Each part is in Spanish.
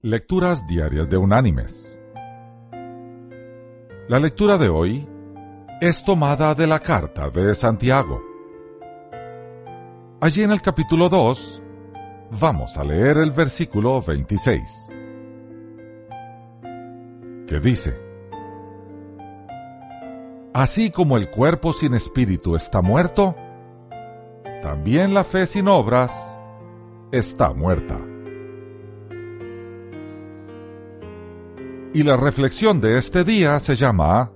Lecturas diarias de Unánimes. La lectura de hoy es tomada de la carta de Santiago. Allí en el capítulo 2 vamos a leer el versículo 26, que dice: Así como el cuerpo sin espíritu está muerto, también la fe sin obras está muerta. Y la reflexión de este día se llama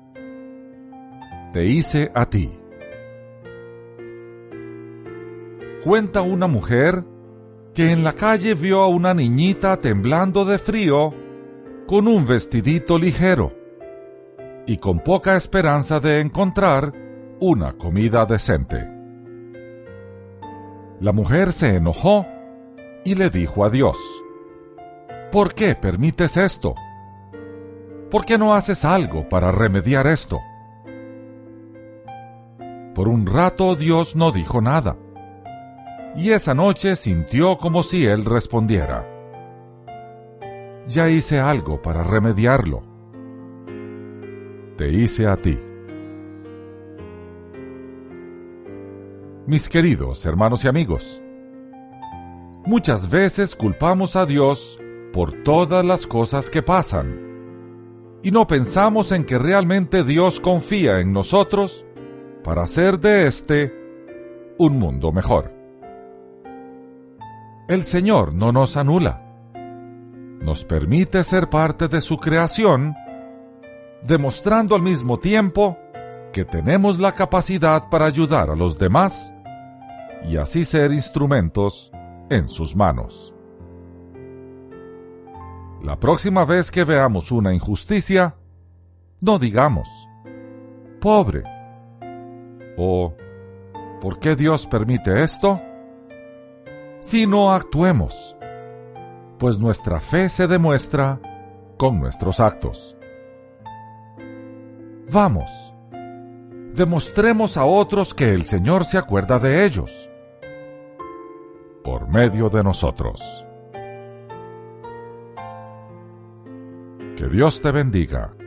Te hice a ti. Cuenta una mujer que en la calle vio a una niñita temblando de frío con un vestidito ligero y con poca esperanza de encontrar una comida decente. La mujer se enojó y le dijo a Dios: ¿Por qué permites esto? ¿Por qué no haces algo para remediar esto? Por un rato Dios no dijo nada, y esa noche sintió como si Él respondiera: Ya hice algo para remediarlo. Te hice a ti. Mis queridos hermanos y amigos, muchas veces culpamos a Dios por todas las cosas que pasan, y no pensamos en que realmente Dios confía en nosotros para hacer de este un mundo mejor. El Señor no nos anula, nos permite ser parte de su creación, demostrando al mismo tiempo que tenemos la capacidad para ayudar a los demás y así ser instrumentos en sus manos. La próxima vez que veamos una injusticia, no digamos «pobre» o «¿por qué Dios permite esto?», sino actuemos, pues nuestra fe se demuestra con nuestros actos. Vamos, demostremos a otros que el Señor se acuerda de ellos, por medio de nosotros. Que Dios te bendiga.